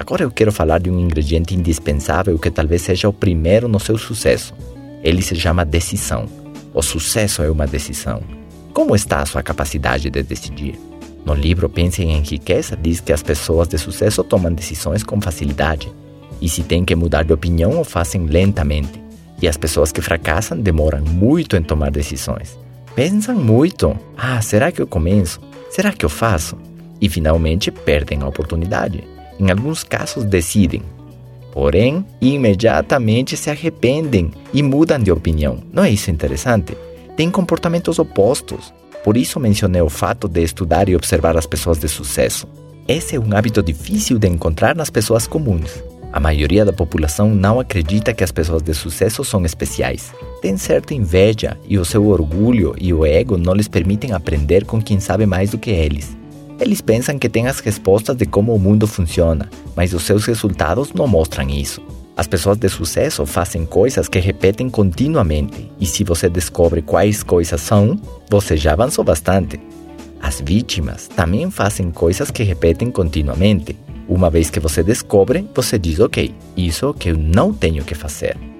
Agora eu quero falar de um ingrediente indispensável que talvez seja o primeiro no seu sucesso. Ele se chama decisão. O sucesso é uma decisão. Como está a sua capacidade de decidir? No livro Pense em Riqueza diz que as pessoas de sucesso tomam decisões com facilidade. E se têm que mudar de opinião, o fazem lentamente. E as pessoas que fracassam demoram muito em tomar decisões. Pensam muito. Será que eu começo? Será que eu faço? E finalmente perdem a oportunidade. Em alguns casos decidem. Porém, imediatamente se arrependem e mudam de opinião. Não é isso interessante? Têm comportamentos opostos. Por isso mencionei o fato de estudar e observar as pessoas de sucesso. Esse é um hábito difícil de encontrar nas pessoas comuns. A maioria da população não acredita que as pessoas de sucesso são especiais. Tem certa inveja e o seu orgulho e o ego não lhes permitem aprender com quem sabe mais do que eles. Eles pensam que têm as respostas de como o mundo funciona, mas os seus resultados não mostram isso. As pessoas de sucesso fazem coisas que repetem continuamente, e se você descobre quais coisas são, você já avançou bastante. As vítimas também fazem coisas que repetem continuamente. Uma vez que você descobre, você diz, ok, isso é o que eu não tenho que fazer.